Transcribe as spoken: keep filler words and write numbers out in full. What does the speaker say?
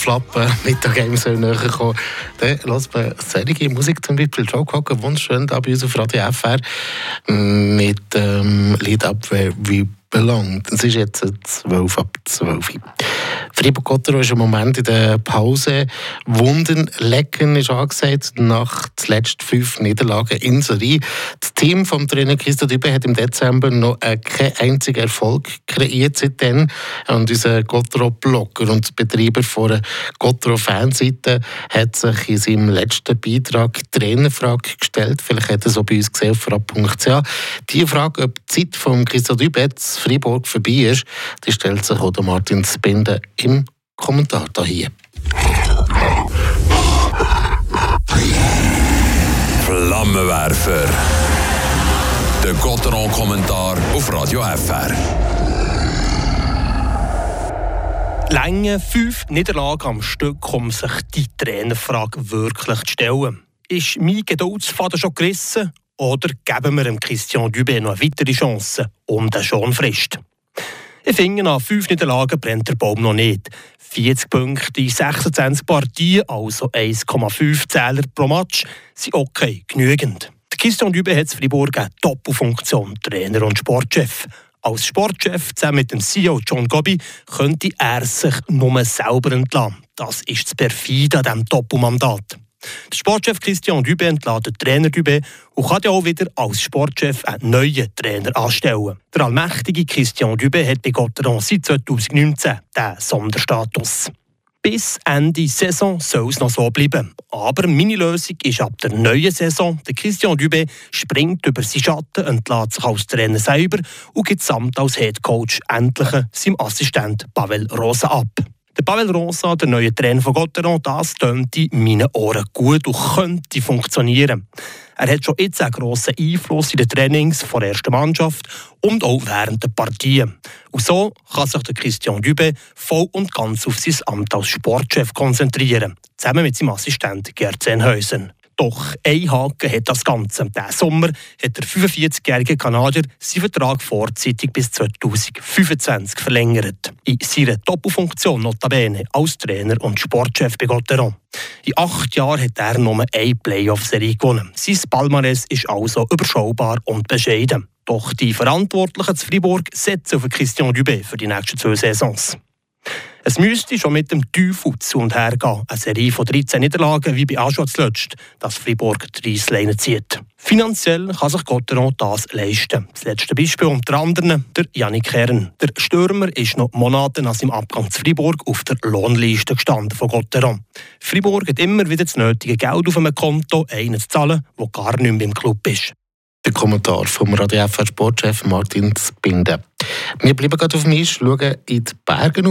Flappen mit der Game soll näher kommen. Dann hört man solche Musik, zum Beispiel Joe Cocker, wunderschön da bei uns auf Radio F R mit dem ähm, Lied Up Where We Belong. Es ist jetzt zwölf ab zwölf. Fribourg-Gottero ist im Moment in der Pause. Wunden lecken ist angesagt nach zuletzt fünf Niederlagen in Serie. Das Team vom Trainer Christo Dübe hat im Dezember noch keinen einzigen Erfolg kreiert seitdem. Und unser Gottero-Blogger und Betreiber von der Gottero-Fanseite hat sich in seinem letzten Beitrag die Trainerfrage gestellt. Vielleicht hat er es auch bei uns gesehen auf frapp punkt c h. Die Frage, ob die Zeit von Christo Dübe zu Fribourg vorbei ist, die stellt sich auch Martin Zbinden im Kommentar hier. Flammenwerfer. Der Gotteron-Kommentar auf Radio F R. Länge fünf Niederlagen am Stück, um sich die Trainerfrage wirklich zu stellen. Ist mein Geduldsfaden schon gerissen oder geben wir dem Christian Dübe noch eine weitere Chance um den Schonfrist? Ich finde, nach fünf Niederlagen brennt der Baum noch nicht. vierzig Punkte in sechsundzwanzig Partien, also eins Komma fünf Zähler pro Match, sind okay, genügend. Der Christian Dübe hat in Fribourg eine Doppelfunktion, Trainer und Sportchef. Als Sportchef zusammen mit dem C E O John Gobi könnte er sich nur selber entlassen. Das ist das Perfide an diesem Doppelmandat. Der Sportchef Christian Dübe entlässt den Trainer Dübe und kann ja auch wieder als Sportchef einen neuen Trainer anstellen. Der allmächtige Christian Dübe hat bei Gotteron seit zwanzig neunzehn den Sonderstatus. Bis Ende Saison soll es noch so bleiben. Aber meine Lösung ist ab der neuen Saison. Der Christian Dübe springt über seinen Schatten, entlässt sich als Trainer selber und gibt das Amt als Headcoach endlich seinem Assistent Pavel Rosa ab. Der Pavel Rosa, der neue Trainer von Gotteron, das tönt in meinen Ohren gut und könnte funktionieren. Er hat schon jetzt einen grossen Einfluss in den Trainings der ersten Mannschaft und auch während der Partien. Und so kann sich der Christian Dübe voll und ganz auf sein Amt als Sportchef konzentrieren, zusammen mit seinem Assistent Gerd Sennhausen. Doch ein Haken hat das Ganze. Diesen Sommer hat der fünfundvierzigjährige Kanadier seinen Vertrag vorzeitig bis zwanzig fünfundzwanzig verlängert. In seiner Doppelfunktion notabene als Trainer und Sportchef bei Gotteron. In acht Jahren hat er nur eine Playoff-Serie gewonnen. Sein Palmares ist also überschaubar und bescheiden. Doch die Verantwortlichen zu Fribourg setzen auf Christian Dübe für die nächsten zwei Saisons. Es müsste schon mit dem Teufel zu und her gehen. Eine Serie von dreizehn Niederlagen wie bei Aschua zuletzt, dass Fribourg die Reissleine zieht. Finanziell kann sich Gotteron das leisten. Das letzte Beispiel unter anderem der Yannick Herren. Der Stürmer ist noch Monate nach seinem Abgang zu Fribourg auf der Lohnliste gestanden von Gotteron. Fribourg hat immer wieder das nötige Geld auf einem Konto, einen zu zahlen, der gar nicht mehr im Club ist. Der Kommentar vom Radio F R Sportchef Martin Zbinden. Wir bleiben gerade auf dem Eis, schauen in die Berge auf.